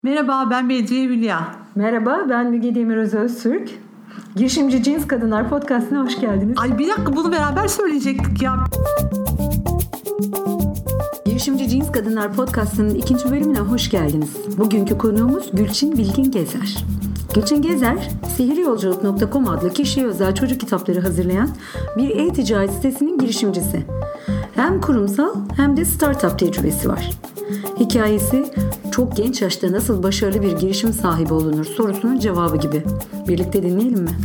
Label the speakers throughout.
Speaker 1: Merhaba, ben Bedriye Hülya.
Speaker 2: Merhaba, ben Müge Demiröz Öztürk. Girişimci Cins Kadınlar Podcast'ına hoş geldiniz.
Speaker 1: Ay bir dakika, bunu beraber söyleyecektik ya.
Speaker 2: Girişimci Cins Kadınlar Podcast'ının 2. bölümüne hoş geldiniz. Bugünkü konuğumuz Gülçin Bilgin Gezer. Gülçin Gezer, sihiryolculuk.com adlı kişiye özel çocuk kitapları hazırlayan bir e-ticaret sitesinin girişimcisi. Hem kurumsal hem de startup tecrübesi var. Hikayesi çok genç yaşta nasıl başarılı bir girişim sahibi olunur sorusunun cevabı gibi. Birlikte dinleyelim mi?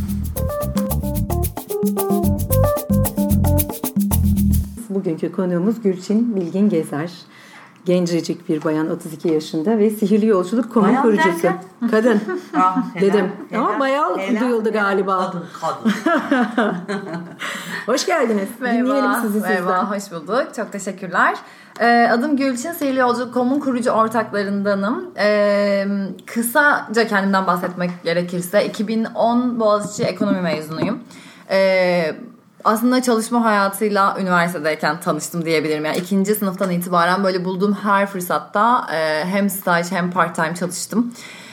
Speaker 2: Bugünkü konuğumuz Gülçin Bilgin Gezer. Gencecik bir bayan, 32 yaşında ve sihirliyolculuk.com'un kurucusu.
Speaker 1: Derken?
Speaker 2: Kadın. Dedim.
Speaker 1: Helal,
Speaker 2: ama bayağı duyuldu galiba.
Speaker 1: Kadın.
Speaker 2: Hoş geldiniz. Dinleyelim sizi sizden.
Speaker 3: Merhaba, hoş bulduk. Çok teşekkürler. Adım Gülçin, sihiryolculuk.com'un kurucu ortaklarındanım. Kısaca kendimden bahsetmek gerekirse 2010 Boğaziçi Ekonomi mezunuyum. Aslında çalışma hayatıyla üniversitedeyken tanıştım diyebilirim. Yani 2. sınıftan itibaren böyle bulduğum her fırsatta hem staj hem part time çalıştım.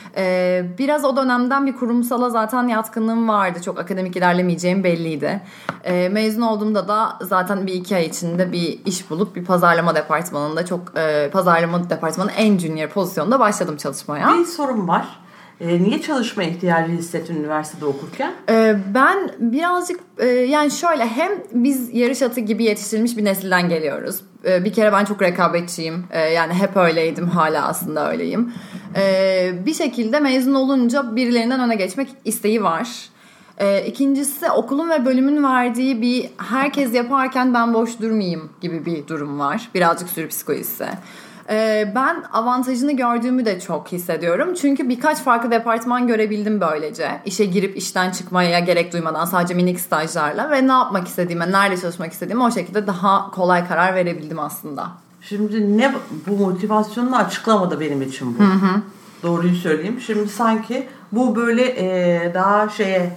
Speaker 3: Biraz o dönemden bir kurumsala zaten yatkınlığım vardı. Çok akademik ilerlemeyeceğim belliydi. Mezun olduğumda da zaten 1-2 ay içinde bir iş bulup bir pazarlama departmanında pazarlama departmanının en junior pozisyonda başladım çalışmaya.
Speaker 1: Bir sorum var. Niye çalışma ihtiyacı hissettin üniversitede okurken?
Speaker 3: Ben birazcık yani şöyle, hem biz yarış atı gibi yetiştirilmiş bir nesilden geliyoruz. Bir kere ben çok rekabetçiyim. Yani hep öyleydim, hala aslında öyleyim. Bir şekilde mezun olunca birilerinden öne geçmek isteği var. İkincisi, okulun ve bölümün verdiği bir herkes yaparken ben boş durmayayım gibi bir durum var. Birazcık sürü psikolojisi. Ben avantajını gördüğümü de çok hissediyorum. Çünkü birkaç farklı departman görebildim böylece. İşe girip işten çıkmaya gerek duymadan, sadece minik stajlarla ve ne yapmak istediğime, nerede çalışmak istediğime o şekilde daha kolay karar verebildim aslında.
Speaker 1: Şimdi ne bu motivasyonunu açıklamadı benim için bu. Hı. Doğruyu söyleyeyim. Şimdi sanki bu böyle daha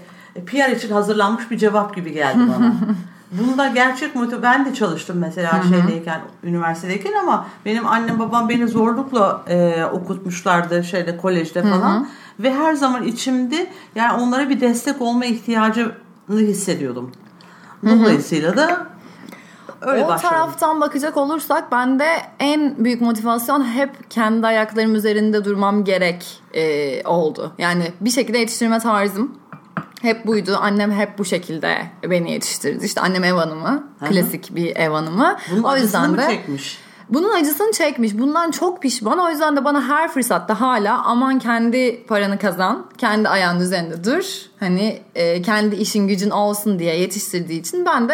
Speaker 1: PR için hazırlanmış bir cevap gibi geldi bana. Bunda gerçek ben de çalıştım mesela üniversitedeyken, ama benim annem babam beni zorlukla okutmuşlardı kolejde falan. Ve her zaman içimde yani onlara bir destek olma ihtiyacını hissediyordum. Dolayısıyla da öyle başladım.
Speaker 3: O taraftan bakacak olursak bende en büyük motivasyon hep kendi ayaklarım üzerinde durmam gerek oldu. Yani bir şekilde yetiştirme tarzım hep buydu. Annem hep bu şekilde beni yetiştirdi. İşte annem ev hanımı. Klasik bir ev hanımı.
Speaker 1: Bunun
Speaker 3: o yüzden de
Speaker 1: çekmiş.
Speaker 3: Bunun acısını çekmiş. Bundan çok pişman. O yüzden de bana her fırsatta hala aman kendi paranı kazan, kendi ayağının üzerinde dur. Hani kendi işin gücün olsun diye yetiştirdiği için ben de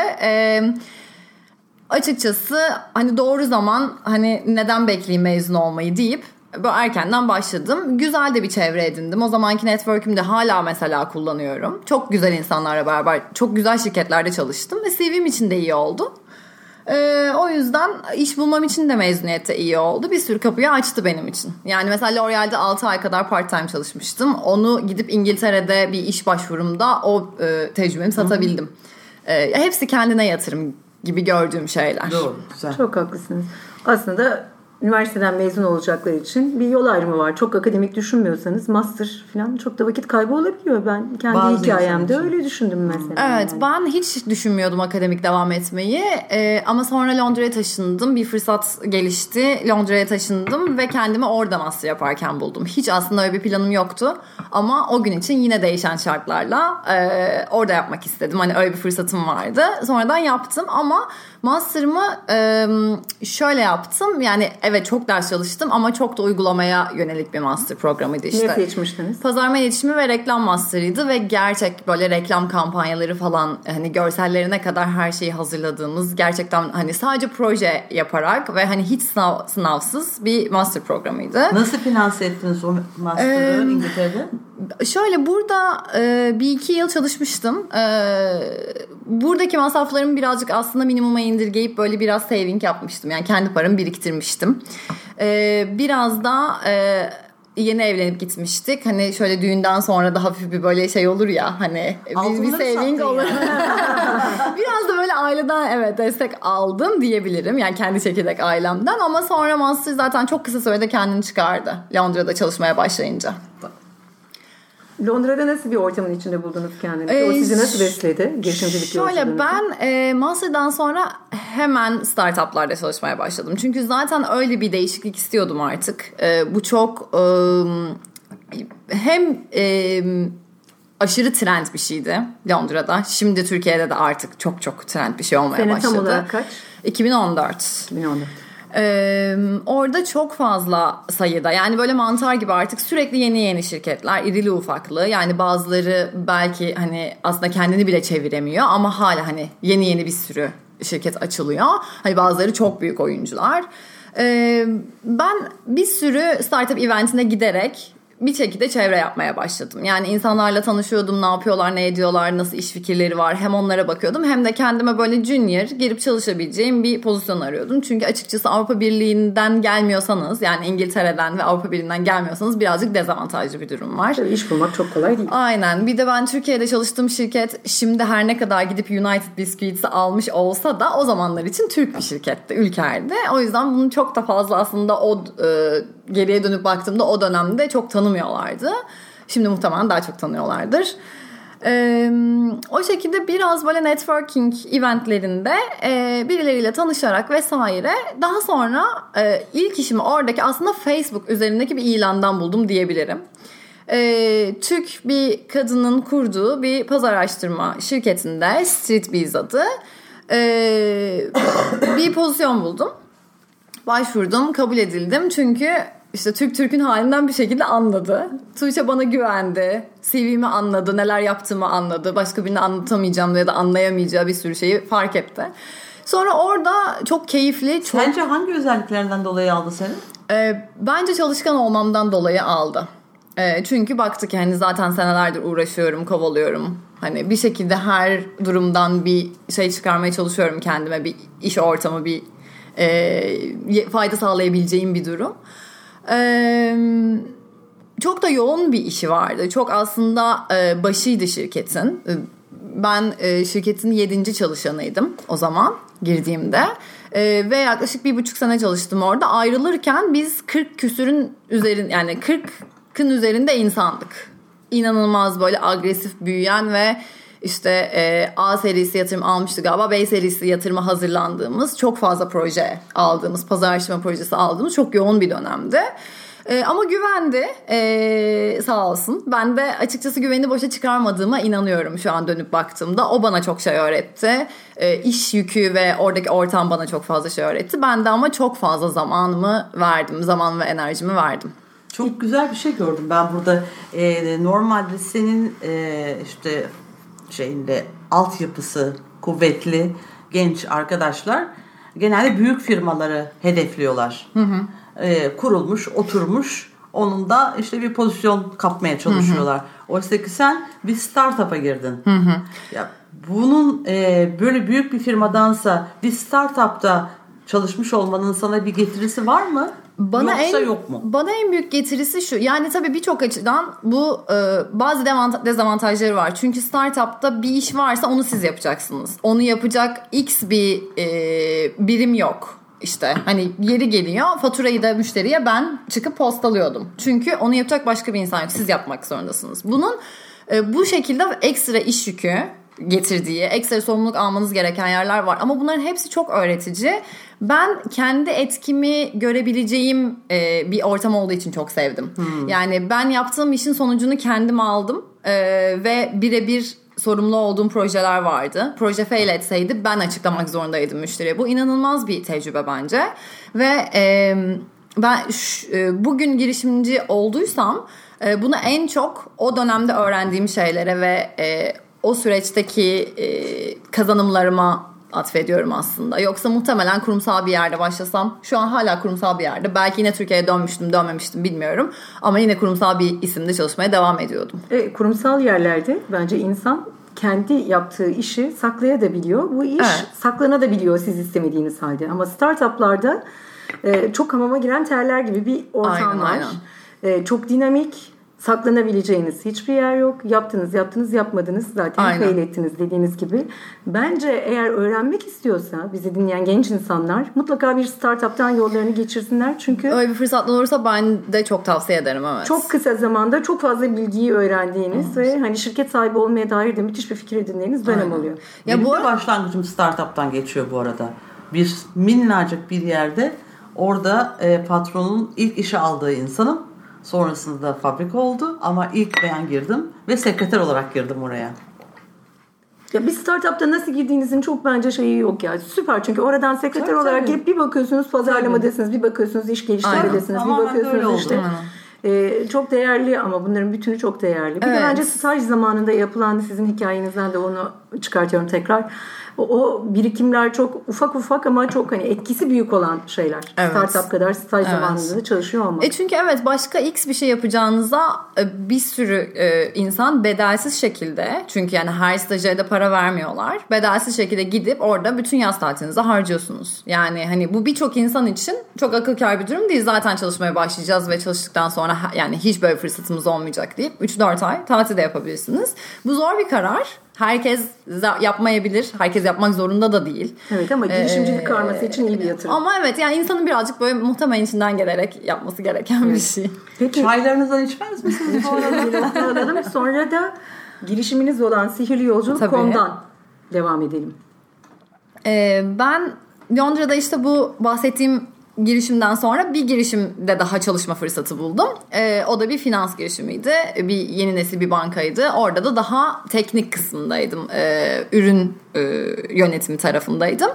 Speaker 3: açıkçası hani doğru zaman, hani neden bekleyeyim mezun olmayı deyip böyle erkenden başladım. Güzel de bir çevre edindim. O zamanki network'ümde hala mesela kullanıyorum. Çok güzel insanlarla beraber çok güzel şirketlerde çalıştım ve CV'm için de iyi oldu. O yüzden iş bulmam için de mezuniyette iyi oldu. Bir sürü kapıyı açtı benim için. Yani mesela L'Oreal'de 6 ay kadar part time çalışmıştım. Onu gidip İngiltere'de bir iş başvurumda o tecrübemi satabildim. Hepsi kendine yatırım gibi gördüğüm şeyler.
Speaker 1: Doğru, güzel.
Speaker 2: Çok haklısınız. Aslında üniversiteden mezun olacaklar için bir yol ayrımı var. Çok akademik düşünmüyorsanız master falan çok da vakit kaybı olabiliyor. Ben kendi hikayemde öyle düşündüm mesela.
Speaker 3: Evet, ben hiç düşünmüyordum akademik devam etmeyi. Ama sonra Londra'ya taşındım. Bir fırsat gelişti. Londra'ya taşındım ve kendimi orada master yaparken buldum. Hiç aslında öyle bir planım yoktu. Ama o gün için yine değişen şartlarla orada yapmak istedim. Hani öyle bir fırsatım vardı. Sonradan yaptım ama master'ımı şöyle yaptım. Yani evet, çok ders çalıştım ama çok da uygulamaya yönelik bir master programıydı işte.
Speaker 2: Ne seçmiştiniz?
Speaker 3: Pazarlama iletişimi ve reklam master'ıydı ve gerçek böyle reklam kampanyaları falan, hani görsellerine kadar her şeyi hazırladığımız, gerçekten hani sadece proje yaparak ve hani hiç sınavsız bir master programıydı.
Speaker 1: Nasıl finanse ettiniz o master'ı İngiltere'de?
Speaker 3: Şöyle, burada 1-2 yıl çalışmıştım. Buradaki masraflarımı birazcık aslında minimuma indirgeyip böyle biraz saving yapmıştım. Yani kendi paramı biriktirmiştim. Biraz da yeni evlenip gitmiştik. Hani şöyle düğünden sonra da hafif bir böyle şey olur ya, hani bir saving olur. Biraz da böyle aileden destek aldım diyebilirim. Yani kendi çekirdek ailemden, ama sonra Master zaten çok kısa sürede kendini çıkardı Londra'da çalışmaya başlayınca.
Speaker 2: Londra'da nasıl bir ortamın içinde buldunuz kendinizi? O sizi nasıl besledi? Girişimcilik
Speaker 3: şöyle, ben master'dan sonra hemen startuplarda çalışmaya başladım. Çünkü zaten öyle bir değişiklik istiyordum artık. Bu çok hem aşırı trend bir şeydi Londra'da. Şimdi Türkiye'de de artık çok çok trend bir şey olmaya başladı.
Speaker 2: Sene tam olarak kaç?
Speaker 3: 2014. Orada çok fazla sayıda, yani böyle mantar gibi artık sürekli yeni şirketler, irili ufaklı, yani bazıları belki hani aslında kendini bile çeviremiyor ama hala hani yeni bir sürü şirket açılıyor. Hani bazıları çok büyük oyuncular. Ben bir sürü startup eventine giderek bir şekilde çevre yapmaya başladım. Yani insanlarla tanışıyordum, ne yapıyorlar, ne ediyorlar, nasıl iş fikirleri var. Hem onlara bakıyordum hem de kendime böyle junior girip çalışabileceğim bir pozisyon arıyordum. Çünkü açıkçası Avrupa Birliği'nden gelmiyorsanız, yani İngiltere'den ve Avrupa Birliği'nden gelmiyorsanız birazcık dezavantajlı bir durum var.
Speaker 2: Tabii iş bulmak çok kolay değil.
Speaker 3: Aynen. Bir de ben Türkiye'de çalıştığım şirket şimdi her ne kadar gidip United Biscuits'i almış olsa da o zamanlar için Türk bir şirketti, ülkerdi. O yüzden bunun çok da fazla aslında geriye dönüp baktığımda o dönemde çok tanımıyorlardı. Şimdi muhtemelen daha çok tanıyorlardır. O şekilde biraz böyle networking eventlerinde birileriyle tanışarak vesaire, daha sonra ilk işimi oradaki aslında Facebook üzerindeki bir ilandan buldum diyebilirim. Türk bir kadının kurduğu bir pazar araştırma şirketinde, StreetBiz adı, bir pozisyon buldum. Başvurdum, kabul edildim çünkü İşte Türk'ün halinden bir şekilde anladı. Tuğçe bana güvendi. CV'mi anladı. Neler yaptığımı anladı. Başka birine anlatamayacağım ya da anlayamayacağı bir sürü şeyi fark etti. Sonra orada çok keyifli.
Speaker 1: Sence hangi özelliklerinden dolayı aldı seni?
Speaker 3: Bence çalışkan olmamdan dolayı aldı. Çünkü baktı ki hani zaten senelerdir uğraşıyorum, kovalıyorum. Hani bir şekilde her durumdan bir şey çıkarmaya çalışıyorum kendime. Bir iş ortamı, bir fayda sağlayabileceğim bir durum. Çok da yoğun bir işi vardı. Çok aslında başıydı şirketin. Ben şirketin 7. çalışanıydım o zaman girdiğimde. Ve yaklaşık 1,5 sene çalıştım orada. Ayrılırken biz 40 küsürün üzerinde, yani 40'ın üzerinde insandık. İnanılmaz böyle agresif büyüyen ve işte A serisi yatırım almıştı galiba. B serisi yatırıma hazırlandığımız, çok fazla proje aldığımız, pazar araştırma projesi aldığımız çok yoğun bir dönemdi. Ama güvendi, sağ olsun. Ben de açıkçası güveni boşa çıkarmadığıma inanıyorum şu an dönüp baktığımda. O bana çok şey öğretti. İş yükü ve oradaki ortam bana çok fazla şey öğretti. Ben de ama çok fazla zaman ve enerjimi verdim.
Speaker 1: Çok güzel bir şey gördüm ben burada. Normalde senin işte şeyinde altyapısı kuvvetli genç arkadaşlar genelde büyük firmaları hedefliyorlar. Kurulmuş, oturmuş, onun da işte bir pozisyon kapmaya çalışıyorlar. Oysa ki sen bir startup'a girdin. Ya bunun böyle büyük bir firmadansa bir startup'ta çalışmış olmanın sana bir getirisi var mı? Yoksa yok mu?
Speaker 3: Bana en büyük getirisi şu. Yani tabii birçok açıdan bu bazı dezavantajları var. Çünkü startupta bir iş varsa onu siz yapacaksınız. Onu yapacak X bir birim yok. İşte hani yeri geliyor, faturayı da müşteriye ben çıkıp postalıyordum. Çünkü onu yapacak başka bir insan yok. Siz yapmak zorundasınız. Bunun bu şekilde ekstra iş yükü getirdiği, ekstra sorumluluk almanız gereken yerler var. Ama bunların hepsi çok öğretici. Ben kendi etkimi görebileceğim bir ortam olduğu için çok sevdim. Yani ben yaptığım işin sonucunu kendim aldım ve birebir sorumlu olduğum projeler vardı. Proje fail etseydi ben açıklamak zorundaydım müşteriye. Bu inanılmaz bir tecrübe bence. Ve ben bugün girişimci olduysam bunu en çok o dönemde öğrendiğim şeylere ve o süreçteki kazanımlarıma atfediyorum aslında. Yoksa muhtemelen kurumsal bir yerde başlasam, şu an hala kurumsal bir yerde. Belki yine Türkiye'ye dönmemiştim bilmiyorum. Ama yine kurumsal bir isimde çalışmaya devam ediyordum.
Speaker 2: Kurumsal yerlerde bence insan kendi yaptığı işi saklayabiliyor. Bu iş saklanabiliyor siz istemediğiniz halde. Ama startuplarda çok hamama giren terler gibi bir ortam var. Çok dinamik, saklanabileceğiniz hiçbir yer yok. Yaptınız, yapmadınız zaten fail ettiniz dediğiniz gibi. Bence eğer öğrenmek istiyorsa bizi dinleyen genç insanlar mutlaka bir startup'tan yollarını geçirsinler. Çünkü
Speaker 3: öyle bir fırsat olursa ben de çok tavsiye ederim. Evet.
Speaker 2: Çok kısa zamanda çok fazla bilgiyi öğrendiğiniz ve hani şirket sahibi olmaya dair de müthiş bir fikir edindiğiniz dönem oluyor.
Speaker 1: Benim de başlangıcım startup'tan geçiyor bu arada. Bir minnacık bir yerde orada patronun ilk işe aldığı insanım. Sonrasında fabrika oldu ama ilk ben girdim ve sekreter olarak girdim oraya.
Speaker 2: Ya bir startupta nasıl girdiğinizin çok bence şeyi yok ya. Süper, çünkü oradan sekreter olarak gelip bir bakıyorsunuz pazarlamadasınız, bir bakıyorsunuz iş geliştirmedesiniz, bir bakıyorsunuz işte. Çok değerli ama bunların bütünü çok değerli. Bir de bence staj zamanında yapılan, sizin hikayenizden de onu çıkartıyorum tekrar. O birikimler çok ufak ama çok hani etkisi büyük olan şeyler. Startup kadar staj zamanında da çalışıyor olmak.
Speaker 3: Çünkü başka X bir şey yapacağınıza bir sürü insan bedelsiz şekilde, çünkü yani her stajyere de para vermiyorlar. Bedelsiz şekilde gidip orada bütün yaz tatilinizi harcıyorsunuz. Yani hani bu birçok insan için çok akıl kâr bir durum değil. Zaten çalışmaya başlayacağız ve çalıştıktan sonra yani hiç böyle fırsatımız olmayacak deyip 3-4 ay tatil de yapabilirsiniz. Bu zor bir karar. Herkes yapmayabilir. Herkes yapmak zorunda da değil.
Speaker 2: Evet, ama girişimcilik karması için iyi bir yatırım.
Speaker 3: Ama evet, yani insanın birazcık böyle muhtemelen içinden gelerek yapması gereken bir şey.
Speaker 1: Peki çaylarınızdan içmez misiniz?
Speaker 2: Alalım. Sonra da girişiminiz olan sihirliyolculuk.com'dan devam edelim.
Speaker 3: Ben Londra'da işte bu bahsettiğim girişimden sonra bir girişimde daha çalışma fırsatı buldum. O da bir finans girişimiydi. Bir yeni nesil bir bankaydı. Orada da daha teknik kısmındaydım. Ürün yönetimi tarafındaydım.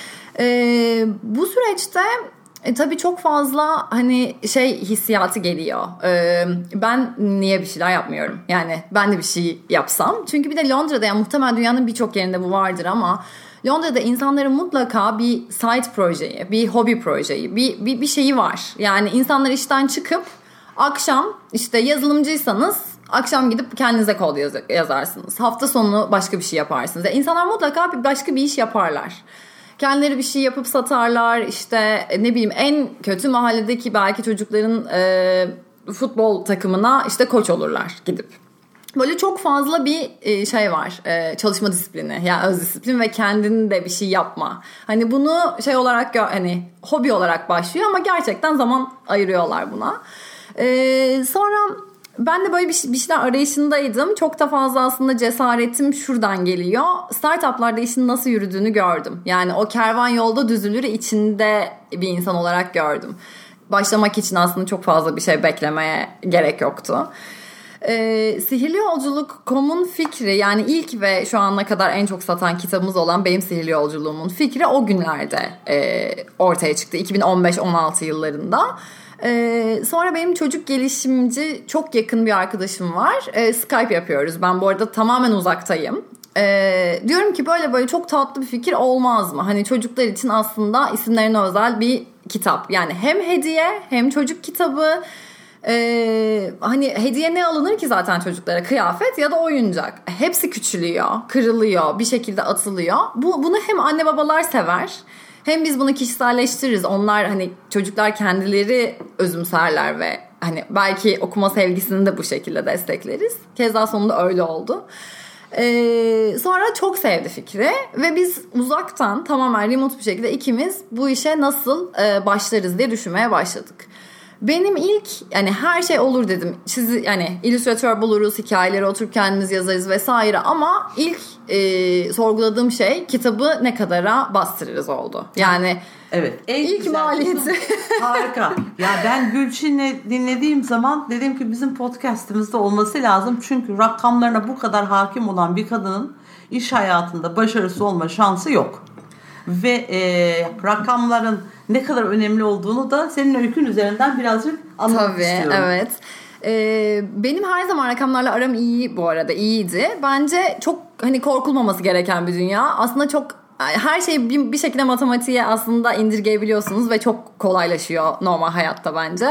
Speaker 3: Bu süreçte tabii çok fazla hani hissiyatı geliyor. Ben niye bir şeyler yapmıyorum? Yani ben de bir şey yapsam. Çünkü bir de Londra'da, yani muhtemelen dünyanın birçok yerinde bu vardır ama Londra'da insanların mutlaka bir side projeyi, bir hobi projeyi, bir şeyi var. Yani insanlar işten çıkıp akşam, işte yazılımcıysanız akşam gidip kendinize kod yazarsınız. Hafta sonu başka bir şey yaparsınız. Yani insanlar mutlaka başka bir iş yaparlar. Kendileri bir şey yapıp satarlar. İşte ne bileyim, en kötü mahalledeki belki çocukların futbol takımına işte koç olurlar gidip. Böyle çok fazla bir şey var, çalışma disiplini, yani öz disiplin ve kendin de bir şey yapma. Hani bunu olarak hani hobi olarak başlıyor ama gerçekten zaman ayırıyorlar buna. Sonra ben de böyle bir şeyler arayışındaydım. Çok da fazla aslında cesaretim şuradan geliyor. Startuplarda işin nasıl yürüdüğünü gördüm. Yani o kervan yolda düzülür içinde bir insan olarak gördüm. Başlamak için aslında çok fazla bir şey beklemeye gerek yoktu. Sihirliyolculuk.com'un fikri, yani ilk ve şu ana kadar en çok satan kitabımız olan Benim Sihirli Yolculuğumun fikri o günlerde ortaya çıktı. 2015-16 yıllarında. Sonra benim çocuk gelişimci çok yakın bir arkadaşım var. Skype yapıyoruz. Ben bu arada tamamen uzaktayım. Diyorum ki böyle çok tatlı bir fikir olmaz mı? Hani çocuklar için aslında isimlerine özel bir kitap. Yani hem hediye hem çocuk kitabı. Hani hediye ne alınır ki zaten çocuklara? Kıyafet ya da oyuncak. Hepsi küçülüyor, kırılıyor, bir şekilde atılıyor. Bunu hem anne babalar sever, hem biz bunu kişiselleştiririz. Onlar, hani çocuklar kendileri özümserler ve hani belki okuma sevgisini de bu şekilde destekleriz. Keza sonunda öyle oldu. Sonra çok sevdi fikri ve biz uzaktan tamamen remote bir şekilde ikimiz bu işe nasıl başlarız diye düşünmeye başladık. Benim ilk, yani her şey olur dedim. Yani illüstratör buluruz, hikayeleri oturup kendimiz yazarız vesaire, ama ilk sorguladığım şey kitabı ne kadara bastırırız oldu. Yani
Speaker 1: evet,
Speaker 3: ilk maliyeti.
Speaker 1: Harika. Ya ben Gülçin'i dinlediğim zaman dedim ki bizim podcast'imizde olması lazım. Çünkü rakamlarına bu kadar hakim olan bir kadının iş hayatında başarısı olma şansı yok. Ve rakamların ne kadar önemli olduğunu da senin öykün üzerinden birazcık anlatmak istiyorum.
Speaker 3: Tabii, evet. Benim her zaman rakamlarla aram iyi, bu arada iyiydi. Bence çok hani korkulmaması gereken bir dünya. Aslında çok, her şeyi bir şekilde matematiğe aslında indirgeyebiliyorsunuz ve çok kolaylaşıyor normal hayatta bence.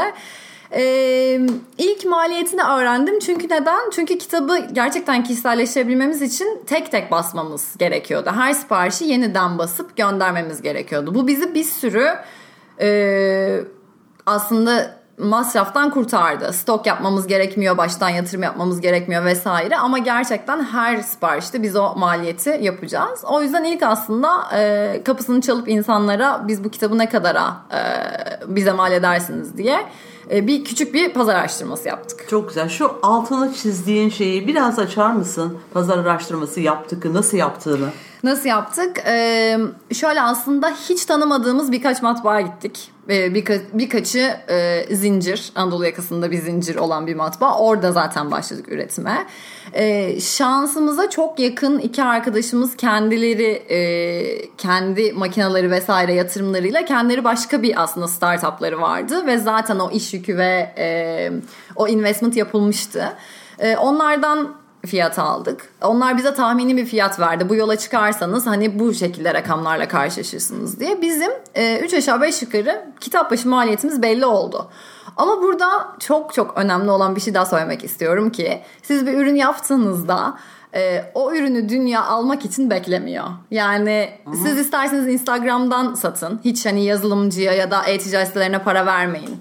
Speaker 3: İlk maliyetini öğrendim. Çünkü neden? Çünkü kitabı gerçekten kişiselleştirebilmemiz için tek tek basmamız gerekiyordu. Her siparişi yeniden basıp göndermemiz gerekiyordu. Bu bizi bir sürü aslında masraftan kurtardı. Stok yapmamız gerekmiyor, baştan yatırım yapmamız gerekmiyor vesaire. Ama gerçekten her siparişte biz o maliyeti yapacağız. O yüzden ilk aslında kapısını çalıp insanlara biz bu kitabı ne kadara bize mal edersiniz diye küçük bir pazar araştırması yaptık.
Speaker 1: Çok güzel. Şu altını çizdiğin şeyi biraz açar mısın? Pazar araştırması yaptık. Nasıl yaptığını?
Speaker 3: Nasıl yaptık? Şöyle aslında hiç tanımadığımız birkaç matbaaya gittik. Birkaçı zincir, Anadolu yakasında bir zincir olan bir matbaa. Orada zaten başladık üretime. Şansımıza çok yakın iki arkadaşımız kendileri kendi makineleri vesaire yatırımlarıyla kendileri başka bir aslında startupları vardı ve zaten o iş yükü ve o investment yapılmıştı. Onlardan fiyat aldık. Onlar bize tahmini bir fiyat verdi. Bu yola çıkarsanız hani bu şekilde rakamlarla karşılaşırsınız diye. Bizim 3 aşağı 5 yukarı kitap başı maliyetimiz belli oldu. Ama burada çok çok önemli olan bir şey daha söylemek istiyorum ki siz bir ürün yaptığınızda o ürünü dünya almak için beklemiyor. Yani siz isterseniz Instagram'dan satın. Hiç hani yazılımcıya ya da e-ticaret sitelerine para vermeyin.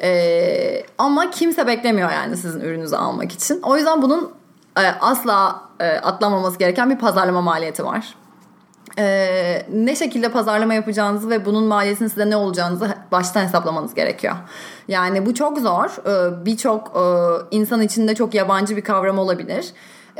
Speaker 3: Ama kimse beklemiyor yani sizin ürününüzü almak için. O yüzden bunun asla atlanmaması gereken bir pazarlama maliyeti var. Ne şekilde pazarlama yapacağınızı ve bunun maliyetinin size ne olacağınızı baştan hesaplamanız gerekiyor. Yani bu çok zor. Birçok insan içinde çok yabancı bir kavram olabilir.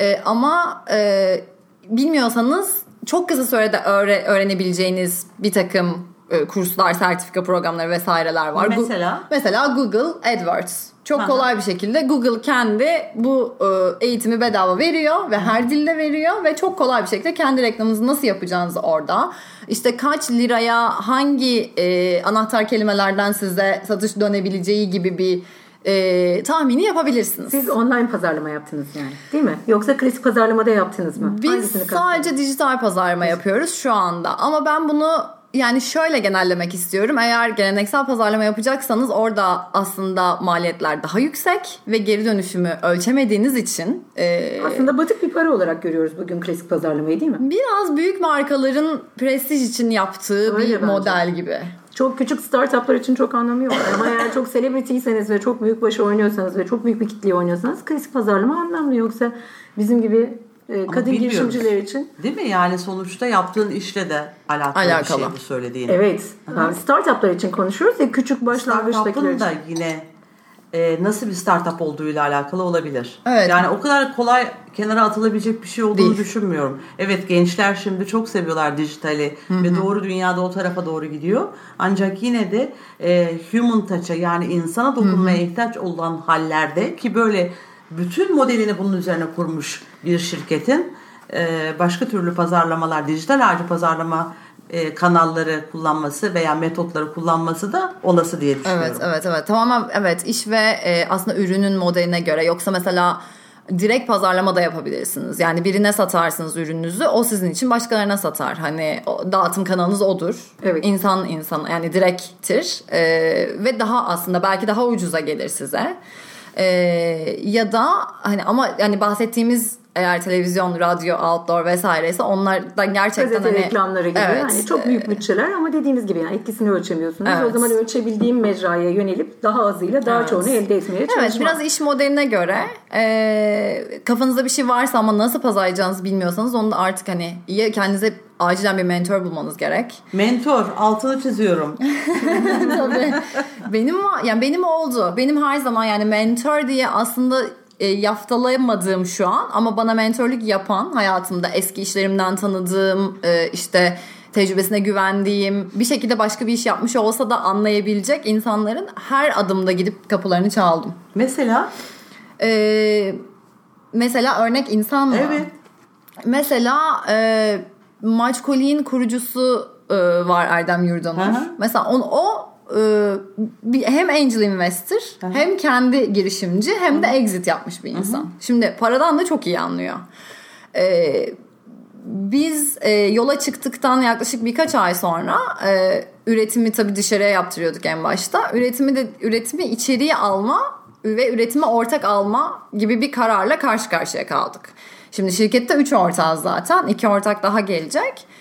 Speaker 3: Ama bilmiyorsanız çok kısa sürede öğrenebileceğiniz bir takım kurslar, sertifika programları vesaireler var. Mesela Google AdWords. Çok kolay bir şekilde Google kendi bu eğitimi bedava veriyor ve her dilde veriyor ve çok kolay bir şekilde kendi reklamınızı nasıl yapacağınızı orada. İşte kaç liraya hangi anahtar kelimelerden size satış dönebileceği gibi bir tahmini yapabilirsiniz.
Speaker 2: Siz online pazarlama yaptınız yani, değil mi? Yoksa klasik pazarlamada yaptınız mı?
Speaker 3: Biz sadece dijital pazarlama yapıyoruz şu anda. Ama ben bunu yani şöyle genellemek istiyorum. Eğer geleneksel pazarlama yapacaksanız orada aslında maliyetler daha yüksek ve geri dönüşümü ölçemediğiniz için
Speaker 2: aslında batık bir para olarak görüyoruz bugün klasik pazarlamayı, değil mi?
Speaker 3: Biraz büyük markaların prestij için yaptığı öyle bir bence. Model gibi.
Speaker 2: Çok küçük startuplar için çok anlamı yok. Ama eğer çok celebrity'yseniz ve çok büyük başı oynuyorsanız ve çok büyük bir kitleye oynuyorsanız klasik pazarlama anlamlı. Yoksa bizim gibi kadın girişimciler için.
Speaker 1: Değil mi? Yani sonuçta yaptığın işle de alakalı. Bir şey bu söylediğin.
Speaker 2: Evet. Yani startuplar için konuşuyoruz ya, küçük başlangıçtakiler için.
Speaker 1: Startup'ın da yine nasıl bir startup olduğuyla alakalı olabilir.
Speaker 3: Evet.
Speaker 1: Yani o kadar kolay kenara atılabilecek bir şey olduğunu düşünmüyorum. Evet, gençler şimdi çok seviyorlar dijitali ve doğru dünyada o tarafa doğru gidiyor. Ancak yine de human touch'a, yani insana dokunmaya ihtiyaç olan hallerde ki böyle bütün modelini bunun üzerine kurmuş bir şirketin başka türlü pazarlamalar, dijital ağacı pazarlama kanalları kullanması veya metotları kullanması da olası diye düşünüyorum.
Speaker 3: Evet. Tamamen iş ve aslında ürünün modeline göre. Yoksa mesela direkt pazarlama da yapabilirsiniz. Yani birine satarsınız ürününüzü, o sizin için başkalarına satar. Hani dağıtım kanalınız odur. Evet. İnsan yani direkttir. Ve daha aslında belki daha ucuza gelir size. Ya da hani ama yani bahsettiğimiz eğer televizyon, radyo, outdoor vesaireyse onlardan gerçekten
Speaker 2: gazete reklamları gibi yani çok büyük bütçeler ama dediğiniz gibi yani etkisini ölçemiyorsunuz. Evet. O zaman ölçebildiğim mecraya yönelip daha azıyla daha çoğunu elde etmeye çalışmak.
Speaker 3: Evet, biraz iş modeline göre kafanızda bir şey varsa ama nasıl pazarlayacağınızı bilmiyorsanız onu da artık hani kendinize acilen bir mentor bulmanız gerek.
Speaker 1: Mentor, altını çiziyorum.
Speaker 3: Tabii. Benim oldu. Benim her zaman yani mentor diye aslında yaftalayamadığım şu an ama bana mentorluk yapan, hayatımda eski işlerimden tanıdığım, işte tecrübesine güvendiğim, bir şekilde başka bir iş yapmış olsa da anlayabilecek insanların her adımda gidip kapılarını çaldım. Mesela örnek insan mı?
Speaker 1: Evet.
Speaker 3: Mesela Maçkolik'in kurucusu var, Erdem Yurdanur. Mesela o hem angel investor hem kendi girişimci hem de exit yapmış bir insan. Şimdi paradan da çok iyi anlıyor. Biz yola çıktıktan yaklaşık birkaç ay sonra üretimi tabii dışarıya yaptırıyorduk en başta. Üretimi içeriye alma ve üretime ortak alma gibi bir kararla karşı karşıya kaldık. Şimdi şirkette 3 ortağız zaten. 2 ortak daha gelecek.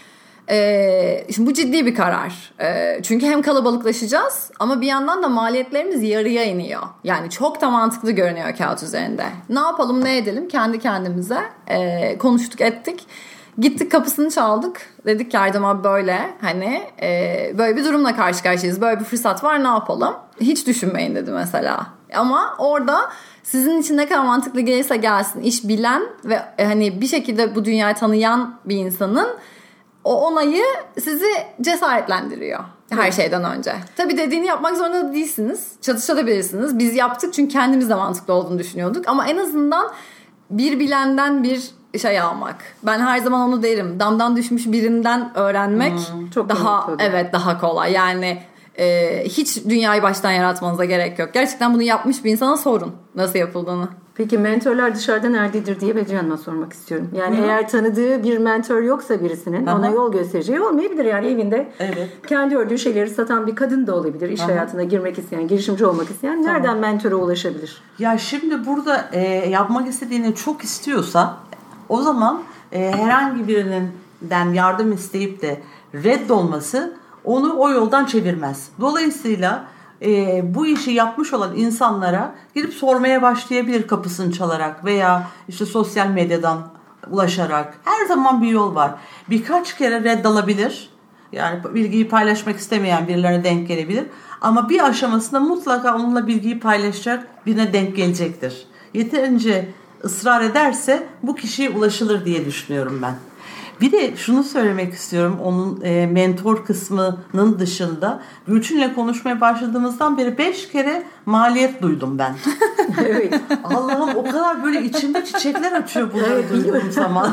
Speaker 3: Şimdi bu ciddi bir karar. Çünkü hem kalabalıklaşacağız ama bir yandan da maliyetlerimiz yarıya iniyor. Yani çok da mantıklı görünüyor kağıt üzerinde. Ne yapalım, ne edelim kendi kendimize konuştuk ettik. Gittik kapısını çaldık. Dedik ki Erdem abi böyle hani böyle bir durumla karşı karşıyayız. Böyle bir fırsat var, ne yapalım? Hiç düşünmeyin dedi mesela. Ama orada sizin için ne kadar mantıklı gelirse gelsin, iş bilen ve hani bir şekilde bu dünyayı tanıyan bir insanın o onayı sizi cesaretlendiriyor her şeyden önce. Tabii dediğini yapmak zorunda da değilsiniz. Çatışabilirsiniz. Biz yaptık çünkü kendimiz de mantıklı olduğunu düşünüyorduk. Ama en azından bir bilenden bir şey almak. Ben her zaman onu derim. Damdan düşmüş birinden öğrenmek
Speaker 2: çok
Speaker 3: daha daha kolay. Yani hiç dünyayı baştan yaratmanıza gerek yok. Gerçekten bunu yapmış bir insana sorun nasıl yapıldığını.
Speaker 2: Peki mentorlar dışarıda nerededir diye Bedri Hanım'a sormak istiyorum. Yani eğer tanıdığı bir mentor yoksa birisinin ona yol göstereceği olmayabilir. Yani evinde kendi ördüğü şeyleri satan bir kadın da olabilir. İş hayatına girmek isteyen, girişimci olmak isteyen nereden mentora ulaşabilir?
Speaker 1: Ya şimdi burada yapmak istediğini çok istiyorsa o zaman herhangi birinden yardım isteyip de reddolması onu o yoldan çevirmez. Dolayısıyla bu işi yapmış olan insanlara gidip sormaya başlayabilir kapısını çalarak veya işte sosyal medyadan ulaşarak. Her zaman bir yol var. Birkaç kere reddalabilir. Yani bilgiyi paylaşmak istemeyen birilerine denk gelebilir. Ama bir aşamasında mutlaka onunla bilgiyi paylaşacak birine denk gelecektir. Yeterince ısrar ederse bu kişiye ulaşılır diye düşünüyorum ben. Bir de şunu söylemek istiyorum, onun mentor kısmının dışında Gülçin'le konuşmaya başladığımızdan beri 5 kere maliyet duydum ben.
Speaker 2: Evet.
Speaker 1: Allah'ım o kadar böyle içimde çiçekler açıyor bunları duyduğum zaman.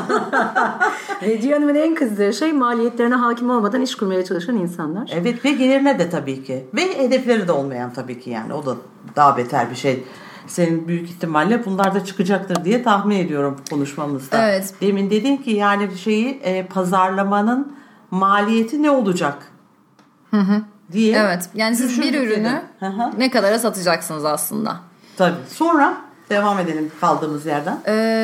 Speaker 2: Bedri Hanım'ın en kızdığı şey maliyetlerine hakim olmadan iş kurmaya çalışan insanlar.
Speaker 1: Evet ve gelirine de tabii ki. Ve hedefleri de olmayan tabii ki yani. O da daha beter bir şey. Senin büyük ihtimalle bunlar da çıkacaktır diye tahmin ediyorum konuşmamızda.
Speaker 3: Evet.
Speaker 1: Demin dedin ki yani bir şeyi pazarlamanın maliyeti ne olacak? Diye.
Speaker 3: Evet. Yani siz bir ürünü ne kadara satacaksınız aslında?
Speaker 1: Tabii. Sonra devam edelim kaldığımız yerden.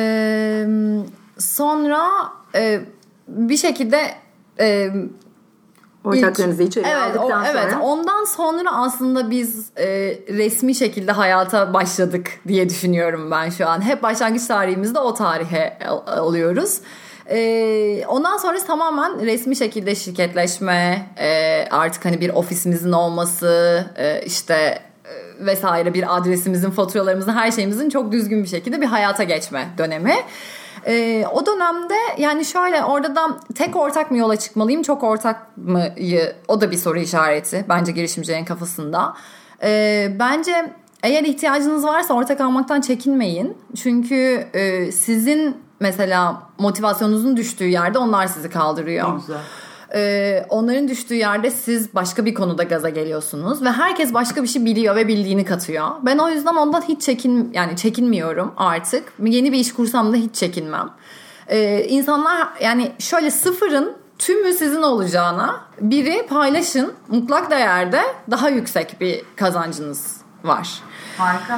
Speaker 3: Sonra bir şekilde
Speaker 2: ortaklarınızı içeri aldıktan sonra.
Speaker 3: Evet, ondan sonra aslında biz resmi şekilde hayata başladık diye düşünüyorum ben şu an. Hep başlangıç tarihimizde o tarihe alıyoruz. Ondan sonra tamamen resmi şekilde şirketleşme, artık hani bir ofisimizin olması, işte vesaire, bir adresimizin, faturalarımızın, her şeyimizin çok düzgün bir şekilde bir hayata geçme dönemi. O dönemde yani şöyle, orada da tek ortak mı yola çıkmalıyım, çok ortak mı, o da bir soru işareti bence girişimcilerin kafasında. Bence eğer ihtiyacınız varsa ortak almaktan çekinmeyin. Çünkü sizin mesela motivasyonunuzun düştüğü yerde onlar sizi kaldırıyor.
Speaker 1: Güzel.
Speaker 3: Onların düştüğü yerde siz başka bir konuda gaza geliyorsunuz ve herkes başka bir şey biliyor ve bildiğini katıyor. Ben o yüzden ondan hiç çekinmiyorum artık. Yeni bir iş kursam da hiç çekinmem. İnsanlar yani şöyle, sıfırın tümü sizin olacağına biri paylaşın, mutlak değerde daha yüksek bir kazancınız var.
Speaker 1: Harika.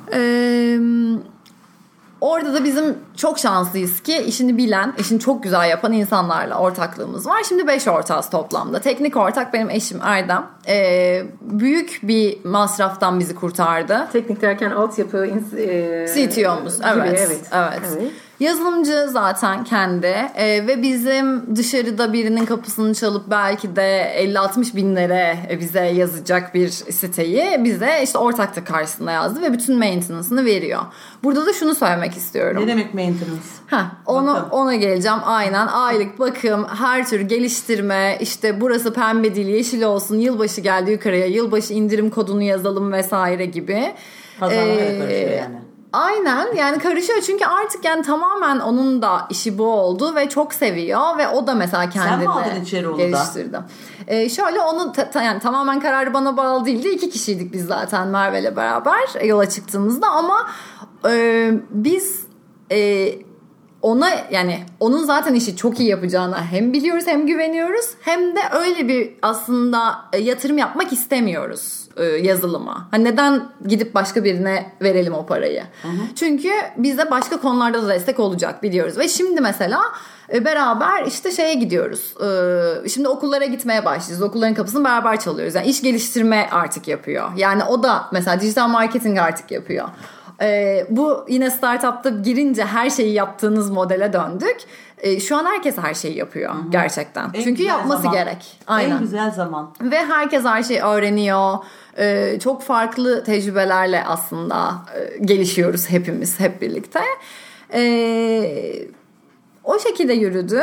Speaker 3: Orada da bizim çok şanslıyız ki işini bilen, işini çok güzel yapan insanlarla ortaklığımız var. Şimdi 5 ortağız toplamda. Teknik ortak benim eşim Erdem. Büyük bir masraftan bizi kurtardı.
Speaker 2: Teknik derken altyapı
Speaker 3: CTO'muz. Evet. Yazılımcı zaten kendi ve bizim dışarıda birinin kapısını çalıp belki de 50-60 binlere bize yazacak bir siteyi bize işte ortaklık karşısında yazdı ve bütün maintenance'ını veriyor. Burada da şunu söylemek istiyorum.
Speaker 1: Ne demek maintenance?
Speaker 3: Ona geleceğim. Aynen, aylık bakım, her tür geliştirme, işte burası pembe değil yeşil olsun, yılbaşı geldi yukarıya, yılbaşı indirim kodunu yazalım vesaire gibi.
Speaker 1: Pazarlamaya karışıyor yani.
Speaker 3: Aynen, yani karışıyor çünkü artık yani tamamen onun da işi bu oldu ve çok seviyor ve o da mesela kendini geliştirdi. Şöyle onu yani tamamen kararı bana bağlı değildi. 2 kişiydik biz zaten Merve'yle beraber yola çıktığımızda ama biz ona, yani onun zaten işi çok iyi yapacağına hem biliyoruz hem güveniyoruz, hem de öyle bir aslında yatırım yapmak istemiyoruz yazılıma. Hani neden gidip başka birine verelim o parayı? Hı hı. Çünkü bize başka konularda da destek olacak biliyoruz. Ve şimdi mesela beraber işte şeye gidiyoruz. Şimdi okullara gitmeye başlayacağız. Okulların kapısını beraber çalıyoruz. Yani iş geliştirme artık yapıyor. Yani o da mesela dijital marketing artık yapıyor. Bu yine startupta girince her şeyi yaptığınız modele döndük. Şu an herkes her şeyi yapıyor. Hı-hı. Gerçekten.
Speaker 1: En
Speaker 3: çünkü yapması
Speaker 1: zaman.
Speaker 3: Gerek. Aynen.
Speaker 1: En güzel zaman.
Speaker 3: Ve herkes her şeyi öğreniyor. Çok farklı tecrübelerle aslında gelişiyoruz hepimiz hep birlikte. O şekilde yürüdü.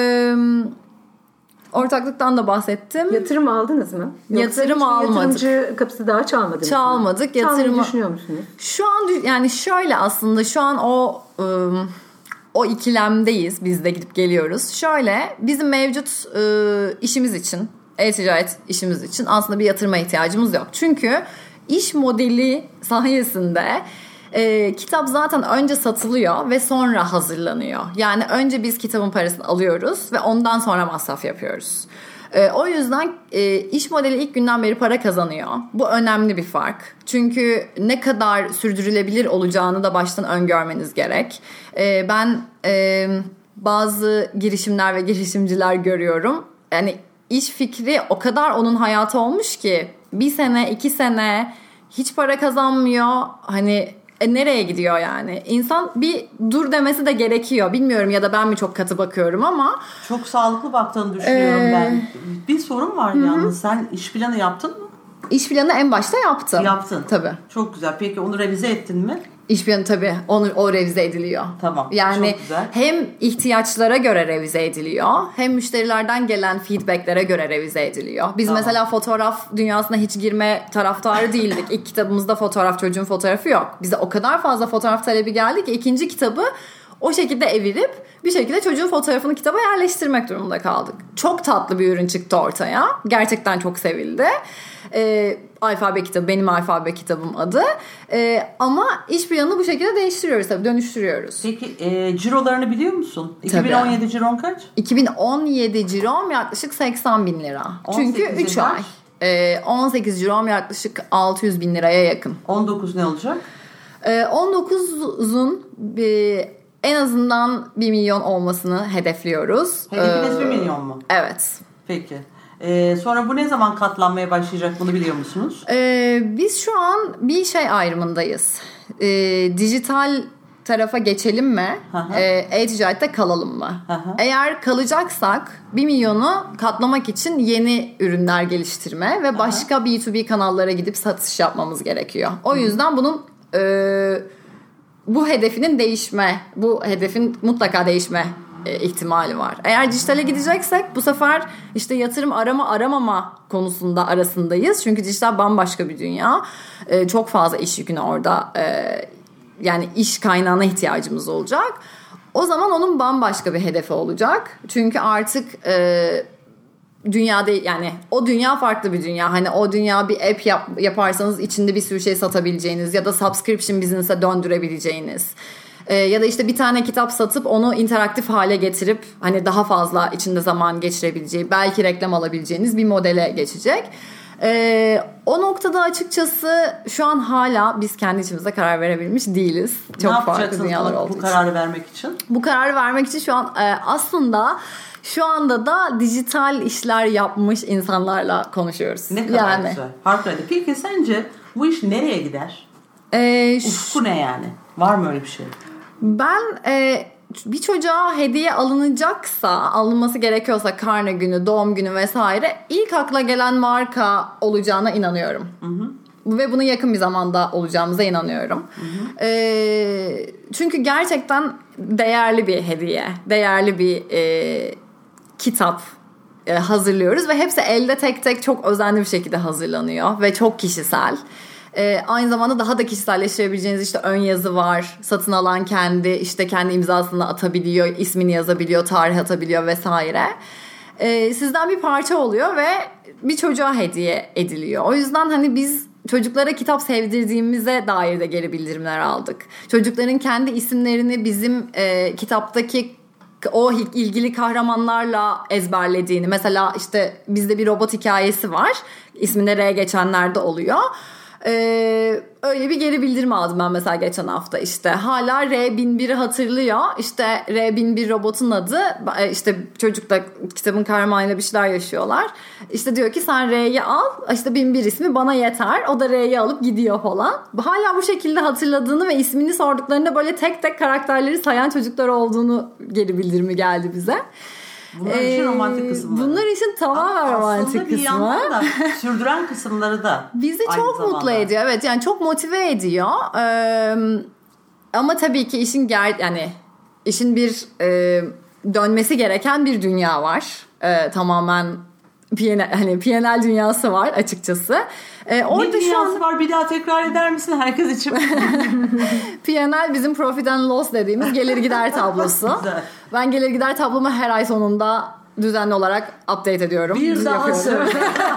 Speaker 3: Ortaklıktan da bahsettim.
Speaker 2: Yatırım aldınız mı?
Speaker 3: Yatırım almadık.
Speaker 2: Yatırımcı kapısı daha çalmadınız
Speaker 3: Çalmadık.
Speaker 2: mı? Çalmayı düşünüyor musunuz?
Speaker 3: Şu an yani şöyle, aslında şu an o ikilemdeyiz. Biz de gidip geliyoruz. Şöyle, bizim mevcut işimiz için, e-ticaret işimiz için aslında bir yatırıma ihtiyacımız yok. Çünkü iş modeli sayesinde kitap zaten önce satılıyor ve sonra hazırlanıyor. Yani önce biz kitabın parasını alıyoruz ve ondan sonra masraf yapıyoruz. O yüzden iş modeli ilk günden beri para kazanıyor. Bu önemli bir fark. Çünkü ne kadar sürdürülebilir olacağını da baştan öngörmeniz gerek. Ben bazı girişimler ve girişimciler görüyorum. Yani iş fikri o kadar onun hayatı olmuş ki 1 sene 2 sene hiç para kazanmıyor. Hani nereye gidiyor yani? İnsan bir dur demesi de gerekiyor. Bilmiyorum, ya da ben mi çok katı bakıyorum ama.
Speaker 1: Çok sağlıklı baktığını düşünüyorum ben. Bir sorun var yalnız. Sen iş planı yaptın mı?
Speaker 3: İş planı en başta yaptım.
Speaker 1: Yaptın.
Speaker 3: Tabii.
Speaker 1: Çok güzel. Peki onu revize ettin mi?
Speaker 3: İş planı tabii. O revize ediliyor.
Speaker 1: Tamam.
Speaker 3: Yani
Speaker 1: çok güzel.
Speaker 3: hem ihtiyaçlara göre revize ediliyor, hem müşterilerden gelen feedbacklere göre revize ediliyor. Biz mesela fotoğraf dünyasına hiç girme taraftarı değildik. İlk kitabımızda fotoğraf, çocuğun fotoğrafı yok. Bize o kadar fazla fotoğraf talebi geldi ki ikinci kitabı o şekilde evirip bir şekilde çocuğun fotoğrafını kitaba yerleştirmek durumunda kaldık. Çok tatlı bir ürün çıktı ortaya. Gerçekten çok sevildi. Alfabe kitabı, benim alfabe kitabım adı. Ama iş planını bu şekilde değiştiriyoruz tabii, dönüştürüyoruz.
Speaker 1: Peki cirolarını biliyor musun?
Speaker 3: Tabii.
Speaker 1: 2017 ciron kaç?
Speaker 3: 2017 cirom yaklaşık 80 bin lira. Çünkü 3 ay. 18 cirom yaklaşık 600 bin liraya yakın.
Speaker 1: 19 ne olacak?
Speaker 3: 19'un en azından 1 milyon olmasını hedefliyoruz.
Speaker 1: Hedefiniz 1 milyon mu?
Speaker 3: Evet.
Speaker 1: Peki. Sonra bu ne zaman katlanmaya başlayacak, bunu biliyor musunuz?
Speaker 3: Biz şu an bir şey ayrımındayız. Dijital tarafa geçelim mi? E-ticarette kalalım mı? Eğer kalacaksak 1 milyonu katlamak için yeni ürünler geliştirme ve başka B2B kanallara gidip satış yapmamız gerekiyor. O yüzden bunun bu hedefin mutlaka değişme ihtimali var. Eğer dijitale gideceksek bu sefer işte yatırım aramama konusunda arasındayız. Çünkü dijital bambaşka bir dünya. Çok fazla iş yükünü orada yani iş kaynağına ihtiyacımız olacak. O zaman onun bambaşka bir hedefi olacak. Çünkü artık dünyada, yani o dünya farklı bir dünya. Hani o dünya bir app yaparsanız içinde bir sürü şey satabileceğiniz ya da subscription business'e döndürebileceğiniz. Ya da işte bir tane kitap satıp onu interaktif hale getirip hani daha fazla içinde zaman geçirebileceği, belki reklam alabileceğiniz bir modele geçecek. O noktada açıkçası şu an hala biz kendi içimize karar verebilmiş değiliz. Çok farklı dünyalar olduğu için.
Speaker 1: Bu kararı vermek için? Bu
Speaker 3: kararı vermek için şu an aslında şu anda da dijital işler yapmış insanlarla konuşuyoruz.
Speaker 1: Ne kadar güzel. Harikulade. Peki sence bu iş nereye gider? Ufku ne yani? Var mı öyle bir şey?
Speaker 3: Ben bir çocuğa hediye alınması gerekiyorsa karne günü, doğum günü vesaire ilk akla gelen marka olacağına inanıyorum. Ve bunun yakın bir zamanda olacağımıza inanıyorum. Çünkü gerçekten değerli bir hediye, değerli bir kitap hazırlıyoruz ve hepsi elde tek tek çok özenli bir şekilde hazırlanıyor ve çok kişisel. Aynı zamanda daha da kişiselleştirebileceğiniz işte ön yazı var. Satın alan kendi imzasını atabiliyor, ismini yazabiliyor, tarih atabiliyor vesaire. Sizden bir parça oluyor ve bir çocuğa hediye ediliyor. O yüzden hani biz çocuklara kitap sevdirdiğimize dair de geri bildirimler aldık. Çocukların kendi isimlerini bizim kitaptaki o ilgili kahramanlarla ezberlediğini. Mesela işte bizde bir robot hikayesi var. İsminde R geçenlerde oluyor. Öyle bir geri bildirim aldım ben mesela geçen hafta. İşte hala R1001'i hatırlıyor. İşte R1001 robotun adı. İşte çocuk da kitabın kahramanıyla bir şeyler yaşıyorlar. İşte diyor ki sen R'yi al. İşte 1001 ismi bana yeter. O da R'yi alıp gidiyor falan. Hala bu şekilde hatırladığını ve ismini sorduklarında böyle tek tek karakterleri sayan çocuklar olduğunu geri bildirimi geldi bize.
Speaker 1: Bunlar için romantik kısımları.
Speaker 3: Bunlar için tamamen romantik kısmı.
Speaker 1: Aslında bir yandan da sürdüren kısımları da
Speaker 3: bizi çok mutlu ediyor. Evet, yani çok motive ediyor. Ama tabii ki işin bir dönmesi gereken bir dünya var. Tamamen PNL dünyası var açıkçası.
Speaker 1: Ne dünyası var, bir daha tekrar eder misin herkes için?
Speaker 3: PNL bizim Profit and Loss dediğimiz gelir gider tablosu. Ben gelir gider tablomu her ay sonunda düzenli olarak update ediyorum.
Speaker 1: Bir daha söyle.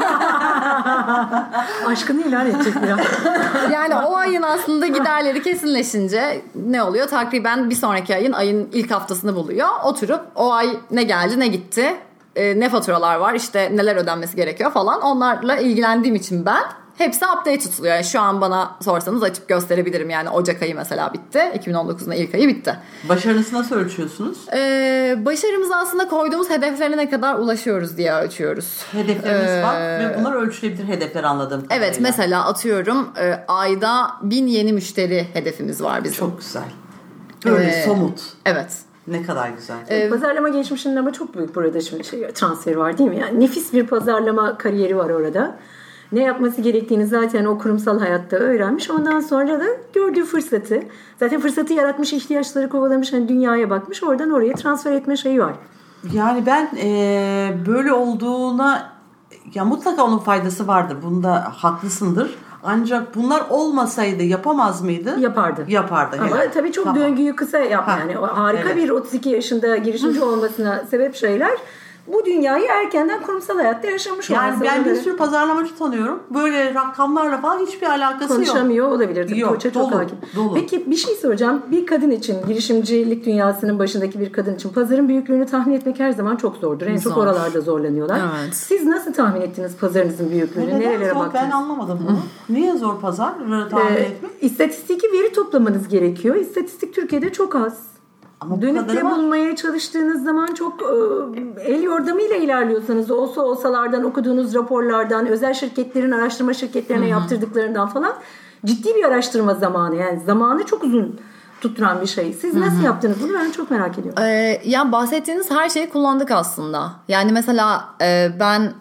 Speaker 2: Aşkını ilan edecek biraz.
Speaker 3: Yani o ayın aslında giderleri kesinleşince ne oluyor? Takriben bir sonraki ayın ilk haftasını buluyor. Oturup o ay ne geldi ne gitti, ne faturalar var, işte neler ödenmesi gerekiyor falan, onlarla ilgilendiğim için ben hepsi update tutuluyor. Yani şu an bana sorsanız açıp gösterebilirim. Yani Ocak ayı mesela bitti. 2019'un ilk ayı bitti.
Speaker 1: Başarınızı nasıl ölçüyorsunuz?
Speaker 3: Başarımızı aslında koyduğumuz hedeflere ne kadar ulaşıyoruz diye ölçüyoruz.
Speaker 1: Hedeflerimiz var ve bunlar ölçülebilir hedefler anladığım kadarıyla.
Speaker 3: Evet, mesela atıyorum ayda 1000 yeni müşteri hedefimiz var bizim.
Speaker 1: Çok güzel. Böyle somut.
Speaker 3: Evet.
Speaker 1: Ne kadar güzel.
Speaker 2: Pazarlama geçmişinin ama çok büyük burada şimdi transferi var değil mi? Yani nefis bir pazarlama kariyeri var orada. Ne yapması gerektiğini zaten o kurumsal hayatta öğrenmiş. Ondan sonra da gördüğü fırsatı, zaten fırsatı yaratmış, ihtiyaçları kovalamış, hani dünyaya bakmış, oradan oraya transfer etme şeyi var.
Speaker 1: Yani ben böyle olduğuna, ya mutlaka onun faydası vardır. Bunda haklısındır. Ancak bunlar olmasaydı yapamaz mıydı? Yapardı.
Speaker 2: Ama evet. Tabii çok döngüyü kısa yani harika
Speaker 1: evet.
Speaker 2: Bir 32 yaşında girişimci olmasına sebep şeyler. Bu dünyayı erkenden kurumsal hayatta yaşamış olması.
Speaker 1: Yani ben bir sürü pazarlamacı tanıyorum. Böyle rakamlarla falan hiçbir alakası
Speaker 2: konuşamıyor olabilir.
Speaker 1: Yok,
Speaker 2: Koça çok hakim.
Speaker 1: Dolu.
Speaker 2: Peki bir şey soracağım. Bir kadın için, girişimcilik dünyasının başındaki bir kadın için pazarın büyüklüğünü tahmin etmek her zaman çok zordur. En çok oralarda zorlanıyorlar.
Speaker 3: Evet.
Speaker 2: Siz nasıl tahmin ettiniz pazarınızın büyüklüğünü? Nerelere baktınız?
Speaker 1: Ben anlamadım bunu. Niye zor pazarları tahmin etmek?
Speaker 2: İstatistiki veri toplamanız gerekiyor. İstatistik Türkiye'de çok az.
Speaker 1: Ama
Speaker 2: dönüp de bulmaya çalıştığınız zaman çok el yordamıyla ilerliyorsanız, olsalardan, okuduğunuz raporlardan, özel şirketlerin araştırma şirketlerine yaptırdıklarından falan ciddi bir araştırma zamanı. Yani zamanı çok uzun tutturan bir şey. Siz nasıl yaptınız bunu? Ben çok merak ediyorum.
Speaker 3: Yani bahsettiğiniz her şeyi kullandık aslında. Yani mesela ben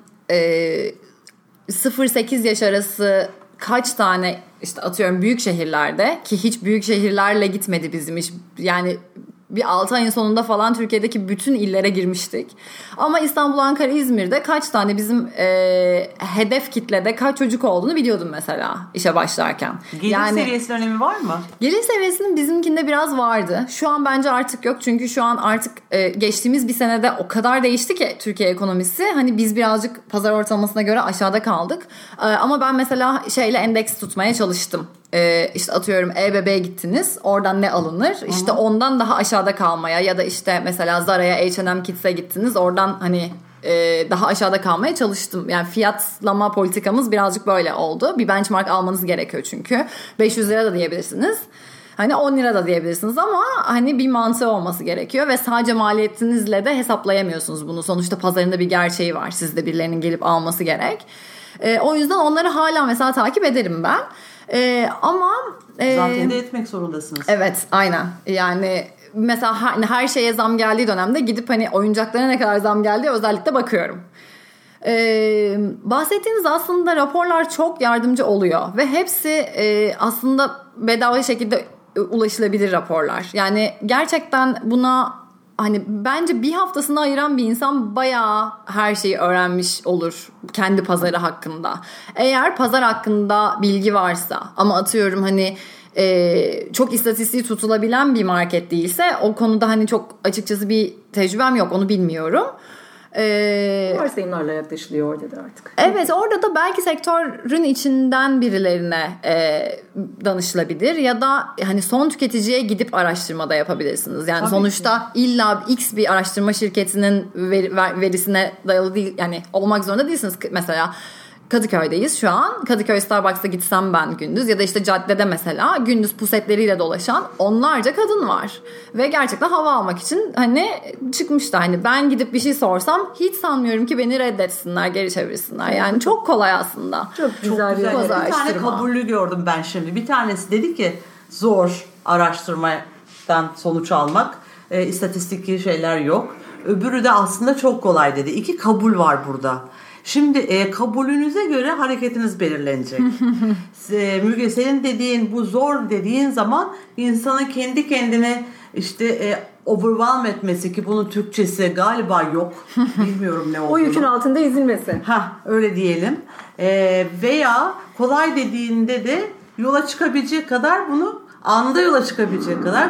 Speaker 3: 0-8 yaş arası kaç tane işte atıyorum büyük şehirlerde, ki hiç büyük şehirlerle gitmedi bizim iş. Yani bir 6 ayın sonunda falan Türkiye'deki bütün illere girmiştik. Ama İstanbul, Ankara, İzmir'de kaç tane bizim hedef kitlede kaç çocuk olduğunu biliyordum mesela işe başlarken.
Speaker 1: Gelir seviyesinin önemi var mı?
Speaker 3: Gelir seviyesinin bizimkinde biraz vardı. Şu an bence artık yok. Çünkü şu an artık geçtiğimiz bir senede o kadar değişti ki Türkiye ekonomisi. Hani biz birazcık pazar ortalamasına göre aşağıda kaldık. Ama ben mesela endeks tutmaya çalıştım. İşte atıyorum EBB'ye gittiniz, oradan ne alınır? İşte ondan daha aşağıda kalmaya, ya da işte mesela Zara'ya, H&M Kids'e gittiniz, oradan hani daha aşağıda kalmaya çalıştım. Yani fiyatlama politikamız birazcık böyle oldu. Bir benchmark almanız gerekiyor çünkü. 500 lira da diyebilirsiniz. Hani 10 lira da diyebilirsiniz ama hani bir mantığı olması gerekiyor ve sadece maliyetinizle de hesaplayamıyorsunuz bunu. Sonuçta pazarında bir gerçeği var. Sizde birilerinin gelip alması gerek. O yüzden onları hala mesela takip ederim ben. Ama
Speaker 1: zaten de etmek zorundasınız.
Speaker 3: Evet, aynen. Yani mesela her şeye zam geldiği dönemde gidip hani oyuncaklara ne kadar zam geldiği özellikle bakıyorum. Bahsettiğiniz aslında raporlar çok yardımcı oluyor ve hepsi aslında bedava şekilde ulaşılabilir raporlar. Yani gerçekten buna hani bence bir haftasını ayıran bir insan bayağı her şeyi öğrenmiş olur kendi pazarı hakkında. Eğer pazar hakkında bilgi varsa ama atıyorum hani çok istatistiği tutulabilen bir market değilse, o konuda hani çok açıkçası bir tecrübem yok, onu bilmiyorum.
Speaker 2: Varsayımlarla yaklaşılıyor orada da artık.
Speaker 3: Evet, orada da belki sektörün içinden birilerine danışılabilir ya da hani son tüketiciye gidip araştırmada yapabilirsiniz. Yani tabii sonuçta ki illa X bir araştırma şirketinin verisine dayalı değil, yani olmak zorunda değilsiniz. Mesela Kadıköy'deyiz şu an. Kadıköy Starbucks'a gitsem ben gündüz ya da işte caddede mesela gündüz pusetleriyle dolaşan onlarca kadın var. Ve gerçekten hava almak için hani çıkmıştı. Hani ben gidip bir şey sorsam hiç sanmıyorum ki beni reddetsinler, geri çevirsinler. Yani çok kolay aslında.
Speaker 2: Çok güzel bir
Speaker 1: Bir tane kabulü gördüm ben şimdi. Bir tanesi dedi ki zor araştırmadan sonuç almak. İstatistiki şeyler yok. Öbürü de aslında çok kolay dedi. 2 kabul var burada. Şimdi kabulünüze göre hareketiniz belirlenecek. Müge, senin dediğin bu zor dediğin zaman insanın kendi kendine işte overwhelm etmesi, ki bunun Türkçesi galiba yok. Bilmiyorum ne olduğunu.
Speaker 2: O yükün altında ezilmesi.
Speaker 1: Öyle diyelim. Veya kolay dediğinde de yola çıkabilecek kadar, bunu anında yola çıkabilecek kadar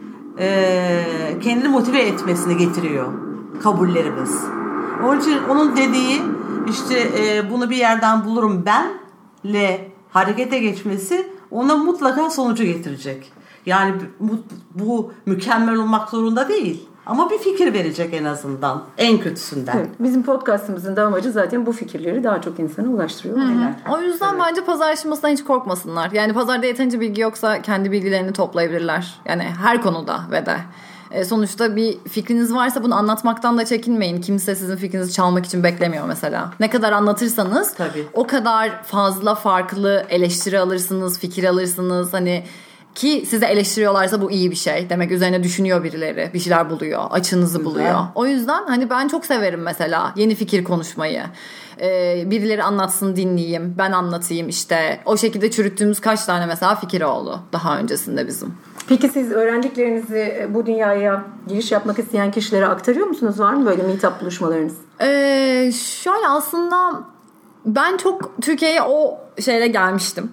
Speaker 1: kendini motive etmesini getiriyor kabullerimiz. Onun için onun dediği işte bunu bir yerden bulurum benle harekete geçmesi ona mutlaka sonucu getirecek. Yani bu mükemmel olmak zorunda değil. Ama bir fikir verecek en azından. En kötüsünden. Evet,
Speaker 2: bizim podcastımızın da amacı zaten bu fikirleri daha çok insana ulaştırıyor.
Speaker 3: O yüzden bence pazar aşamasından hiç korkmasınlar. Yani pazarda yeterince bilgi yoksa kendi bilgilerini toplayabilirler. Yani her konuda ve de. Sonuçta bir fikriniz varsa bunu anlatmaktan da çekinmeyin. Kimse sizin fikrinizi çalmak için beklemiyor mesela. Ne kadar anlatırsanız o kadar fazla farklı eleştiri alırsınız, fikir alırsınız. Hani ki size eleştiriyorlarsa bu iyi bir şey. Demek üzerine düşünüyor birileri. Bir şeyler buluyor. Açınızı buluyor. O yüzden hani ben çok severim mesela yeni fikir konuşmayı. Birileri anlatsın, dinleyeyim. Ben anlatayım işte. O şekilde çürüttüğümüz kaç tane mesela fikir oldu daha öncesinde bizim.
Speaker 2: Peki siz öğrendiklerinizi bu dünyaya giriş yapmak isteyen kişilere aktarıyor musunuz? Var mı böyle meetup buluşmalarınız?
Speaker 3: Şöyle aslında ben çok Türkiye'ye o şeyle gelmiştim.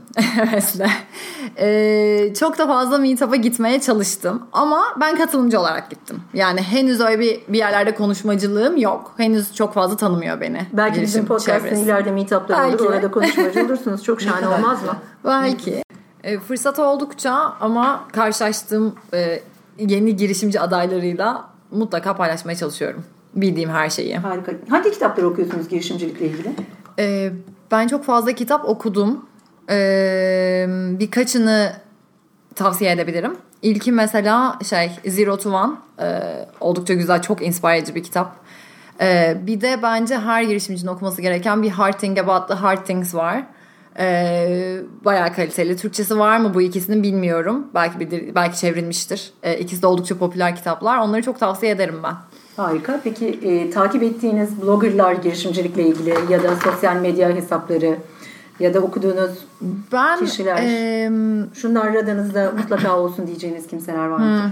Speaker 3: Çok da fazla meetup'a gitmeye çalıştım. Ama ben katılımcı olarak gittim. Yani henüz öyle bir yerlerde konuşmacılığım yok. Henüz çok fazla tanımıyor beni.
Speaker 2: Belki bizim podcast'ın ileride meetup'lar olur. Orada konuşmacı olursunuz. Çok şahane olmaz mı?
Speaker 3: Belki. Fırsat oldukça ama karşılaştığım yeni girişimci adaylarıyla mutlaka paylaşmaya çalışıyorum. Bildiğim her şeyi.
Speaker 2: Harika. Hangi kitapları okuyorsunuz girişimcilikle ilgili?
Speaker 3: Ben çok fazla kitap okudum. Birkaçını tavsiye edebilirim. İlki mesela Zero to One. Oldukça güzel, çok inspire edici bir kitap. Bir de bence her girişimcinin okuması gereken bir Hard Thing About the Hard Things var. Bayağı kaliteli. Türkçesi var mı bu ikisinin bilmiyorum. Belki çevrilmiştir. İkisi de oldukça popüler kitaplar. Onları çok tavsiye ederim ben.
Speaker 2: Harika. Peki takip ettiğiniz bloggerlar girişimcilikle ilgili ya da sosyal medya hesapları ya da okuduğunuz kişiler, şunlar radarınızda mutlaka olsun diyeceğiniz kimseler var mı?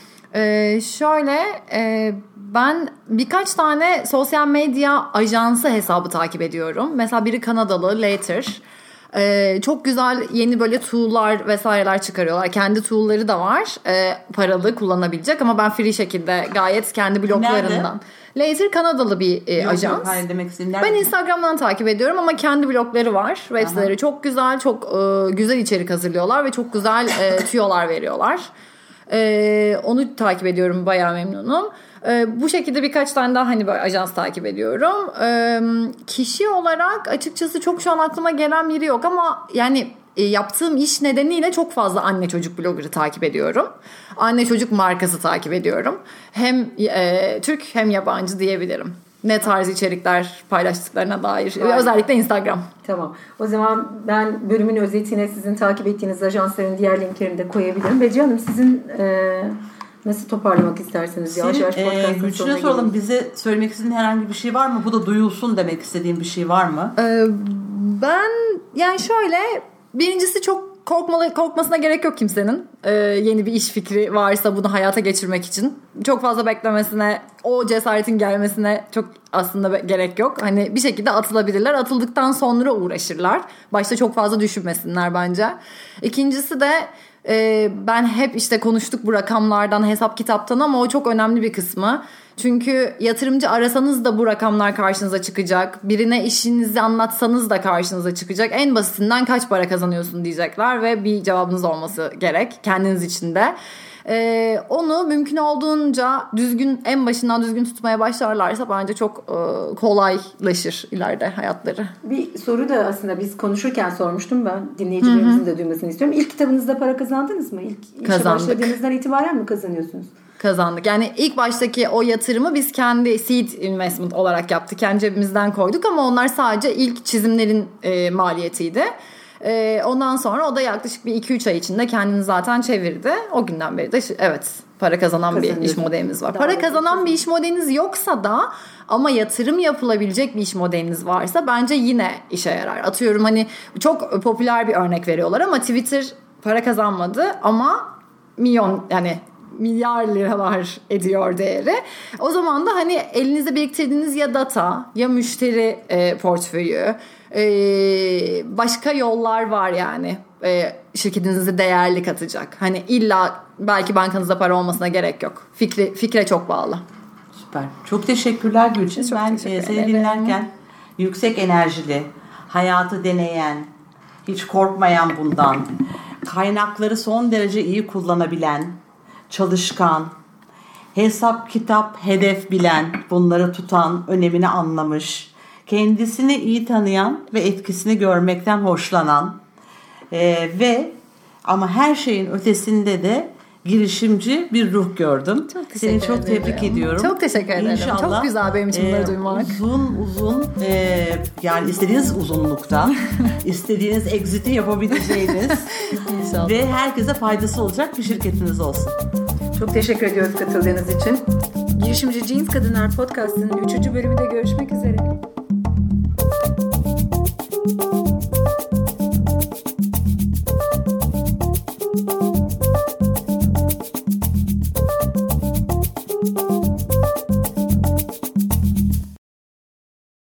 Speaker 3: Ben birkaç tane sosyal medya ajansı hesabı takip ediyorum. Mesela biri Kanadalı, Later. Çok güzel yeni böyle tool'lar vesaireler çıkarıyorlar. Kendi tool'ları da var. Paralı kullanabilecek ama ben free şekilde gayet kendi bloglarından. Later Kanadalı bir ajans.
Speaker 1: Yok, hayır, demek istediğim.
Speaker 3: Ben Instagram'dan takip ediyorum ama kendi blogları var. Web siteleri çok güzel, çok güzel içerik hazırlıyorlar ve çok güzel tüyolar veriyorlar. Onu takip ediyorum, bayağı memnunum. Bu şekilde birkaç tane daha hani böyle ajans takip ediyorum. Kişi olarak açıkçası çok şu an aklıma gelen biri yok ama yani yaptığım iş nedeniyle çok fazla anne çocuk blogger'ı takip ediyorum. Anne çocuk markası takip ediyorum. Hem Türk hem yabancı diyebilirim. Ne tarz içerikler paylaştıklarına dair. Özellikle Instagram.
Speaker 2: Tamam. O zaman ben bölümün özetine sizin takip ettiğiniz ajansların diğer linklerini de koyabilirim. Bece Hanım, sizin nasıl toparlamak isterseniz yavaş yavaş podcast'ın sonuna
Speaker 1: Gülçin'e soralım. Bize söylemek istediğin herhangi bir şey var mı? Bu da duyulsun demek istediğin bir şey var mı?
Speaker 3: Ben yani şöyle, birincisi çok korkmasına gerek yok kimsenin. Yeni bir iş fikri varsa bunu hayata geçirmek için. Çok fazla beklemesine, o cesaretin gelmesine çok aslında gerek yok. Hani bir şekilde atılabilirler. Atıldıktan sonra uğraşırlar. Başta çok fazla düşünmesinler bence. İkincisi de Ben hep işte konuştuk bu rakamlardan, hesap kitaptan ama o çok önemli bir kısmı. Çünkü yatırımcı arasanız da bu rakamlar karşınıza çıkacak. Birine işinizi anlatsanız da karşınıza çıkacak. En basitinden kaç para kazanıyorsun diyecekler ve bir cevabınız olması gerek kendiniz için de. Onu mümkün olduğunca en başından düzgün tutmaya başlarlarsa bence çok kolaylaşır ileride hayatları.
Speaker 2: Bir soru da aslında biz konuşurken sormuştum, ben dinleyicilerimizin de duymasını istiyorum. İlk kitabınızda para kazandınız mı? İlk işe başladığınızdan itibaren mi kazanıyorsunuz?
Speaker 3: Kazandık. Yani ilk baştaki o yatırımı biz kendi seed investment olarak yaptık. Kendi cebimizden koyduk ama onlar sadece ilk çizimlerin maliyetiydi. Ondan sonra o da yaklaşık bir 2-3 ay içinde kendini zaten çevirdi. O günden beri de evet, para kazanan bir iş modelimiz var. Para kazanan bir iş modeliniz yoksa da ama yatırım yapılabilecek bir iş modeliniz varsa bence yine işe yarar. Atıyorum hani çok popüler bir örnek veriyorlar ama Twitter para kazanmadı ama milyar liralar ediyor değeri. O zaman da hani elinizde biriktirdiğiniz ya data ya müşteri portföyü, başka yollar var yani şirketinize değerli katacak. Hani illa belki bankanızda para olmasına gerek yok. Fikre çok bağlı.
Speaker 1: Süper. Çok teşekkürler Gülçin. Ben seni dinlerken yüksek enerjili, hayatı deneyen, hiç korkmayan bundan, kaynakları son derece iyi kullanabilen, çalışkan, hesap kitap hedef bilen, bunları tutan, önemini anlamış, kendisini iyi tanıyan ve etkisini görmekten hoşlanan ve ama her şeyin ötesinde de girişimci bir ruh gördüm. Seni çok tebrik ediyorum.
Speaker 3: Çok teşekkür ederim. İnşallah, çok güzel benim için bunları duymak.
Speaker 1: Uzun yani istediğiniz uzunlukta istediğiniz exit'i yapabileceğiniz ve herkese faydası olacak bir şirketiniz olsun.
Speaker 2: Çok teşekkür ediyoruz katıldığınız için. Girişimci Jeans Kadınlar Podcast'ının 3. bölümünde görüşmek üzere.